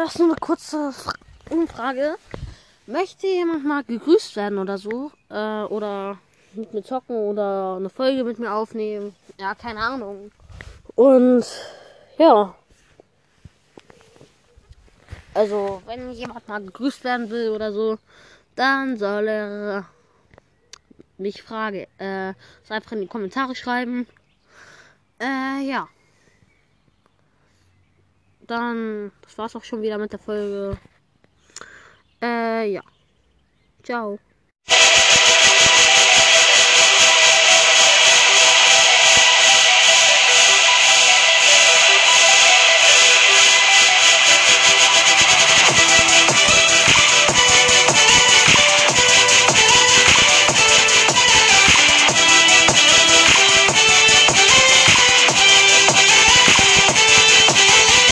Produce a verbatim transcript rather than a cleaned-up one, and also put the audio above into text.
das ist nur eine kurze Fra Umfrage. Möchte jemand mal gegrüßt werden oder so? Äh, oder mit mir zocken oder eine Folge mit mir aufnehmen? Ja, keine Ahnung. Und ja. Also, wenn jemand mal gegrüßt werden will oder so, dann soll er mich fragen. Äh, soll einfach in die Kommentare schreiben. Äh, ja. Dann, das war's auch schon wieder mit der Folge. Äh, ja. Ciao.